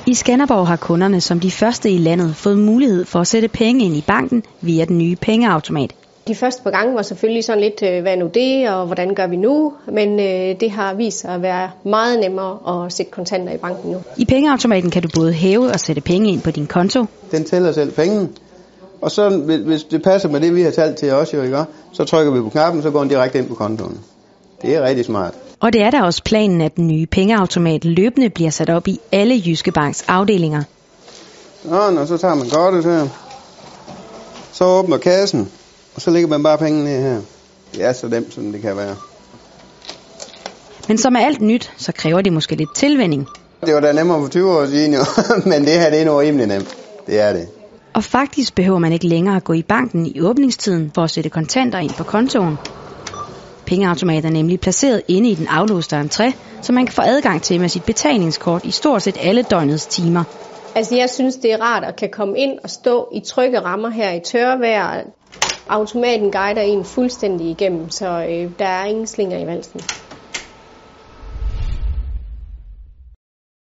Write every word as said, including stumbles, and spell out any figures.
I Skanderborg har kunderne som de første i landet fået mulighed for at sætte penge ind i banken via den nye pengeautomat. De første par gange var selvfølgelig sådan lidt, hvad nu det, og hvordan gør vi nu? Men øh, det har vist sig at være meget nemmere at sætte kontanter i banken nu. I pengeautomaten kan du både hæve og sætte penge ind på din konto. Den tæller selv pengene, og så hvis det passer med det, vi har talt til os, jo, ikke? Så trykker vi på knappen, så går den direkte ind på kontoen. Det er rigtig smart. Og det er da også planen, at den nye pengeautomat løbende bliver sat op i alle Jyske Banks afdelinger. Nå, og så tager man kortet her. Så åbner kassen, og så lægger man bare pengene ned her. Det er så nemt, som det kan være. Men som er alt nyt, så kræver det måske lidt tilvænning. Det var da nemmere for tyve år siden, jo. Men det her det er nu rimelig nemt. Det er det. Og faktisk behøver man ikke længere at gå i banken i åbningstiden for at sætte kontanter ind på kontoen. Pengeautomaten er nemlig placeret inde i den aflåste entré, så man kan få adgang til med sit betalingskort i stort set alle døgnets timer. Altså jeg synes, det er rart at kan komme ind og stå i trygge rammer her i tørvejr. Automaten guider en fuldstændig igennem, så øh, der er ingen slinger i valsen.